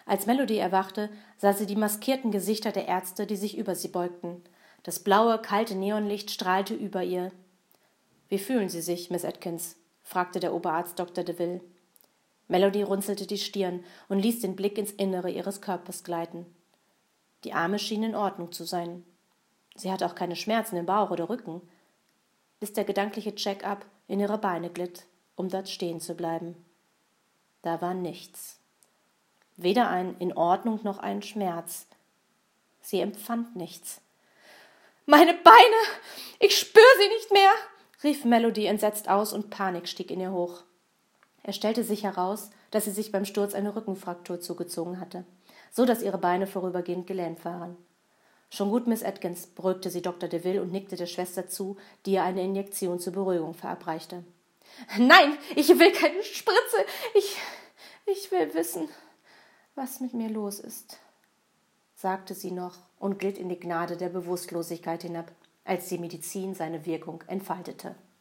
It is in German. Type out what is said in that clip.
Als Melody erwachte, sah sie die maskierten Gesichter der Ärzte, die sich über sie beugten. Das blaue, kalte Neonlicht strahlte über ihr. »Wie fühlen Sie sich, Miss Atkins?« fragte der Oberarzt Dr. Deville. Melody runzelte die Stirn und ließ den Blick ins Innere ihres Körpers gleiten. Die Arme schienen in Ordnung zu sein. Sie hatte auch keine Schmerzen im Bauch oder Rücken, bis der gedankliche Check-up in ihre Beine glitt, um dort stehen zu bleiben. Da war nichts. Weder ein in Ordnung noch ein Schmerz. Sie empfand nichts. »Meine Beine! Ich spüre sie nicht mehr!« rief Melody entsetzt aus und Panik stieg in ihr hoch. Es stellte sich heraus, dass sie sich beim Sturz eine Rückenfraktur zugezogen hatte, so dass ihre Beine vorübergehend gelähmt waren. »Schon gut, Miss Atkins«, beruhigte sie Dr. Deville und nickte der Schwester zu, die ihr eine Injektion zur Beruhigung verabreichte. »Nein, ich will keine Spritze! Ich will wissen, was mit mir los ist«, sagte sie noch und glitt in die Gnade der Bewusstlosigkeit hinab, als die Medizin seine Wirkung entfaltete.